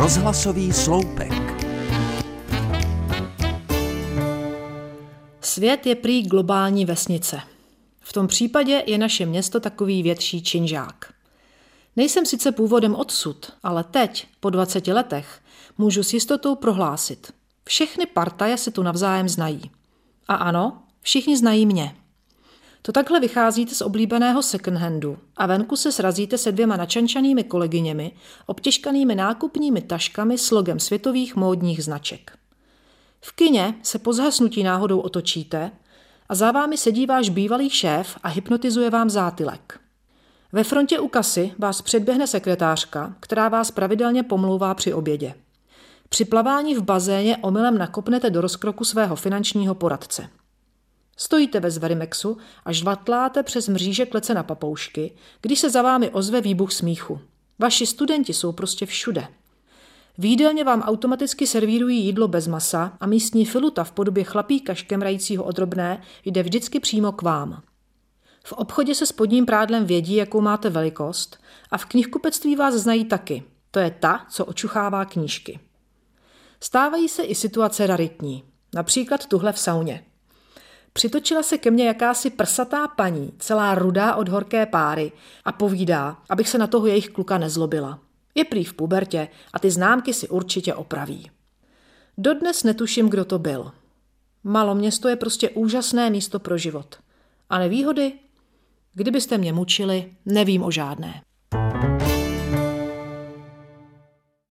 Rozhlasový sloupek. Svět je prý globální vesnice. V tom případě je naše město takový větší činžák. Nejsem sice původem odsud, ale teď, po 20 letech, můžu s jistotou prohlásit. Všechny partaje se tu navzájem znají. A ano, všichni znají mě. To takhle vycházíte z oblíbeného second-handu a venku se srazíte se 2 načančanými kolegyněmi, obtěžkanými nákupními taškami s logem světových módních značek. V kině se po zhasnutí náhodou otočíte a za vámi sedí váš bývalý šéf a hypnotizuje vám zátylek. Ve frontě u kasy vás předběhne sekretářka, která vás pravidelně pomlouvá při obědě. Při plavání v bazéně omylem nakopnete do rozkroku svého finančního poradce. Stojíte ve Zverimexu a žvatláte přes mříže klece na papoušky, když se za vámi ozve výbuch smíchu. Vaši studenti jsou prostě všude. V jídelně vám automaticky servírují jídlo bez masa a místní filuta v podobě chlapíka škemrajícího o drobné jde vždycky přímo k vám. V obchodě se spodním prádlem vědí, jakou máte velikost a v knihkupectví vás znají taky. To je ta, co očuchává knížky. Stávají se i situace raritní, například tuhle v sauně. Přitočila se ke mně jakási prsatá paní, celá rudá od horké páry a povídá, abych se na toho jejich kluka nezlobila. Je prý v pubertě a ty známky si určitě opraví. Dodnes netuším, kdo to byl. Maloměsto je prostě úžasné místo pro život. A nevýhody? Kdybyste mě mučili, nevím o žádné.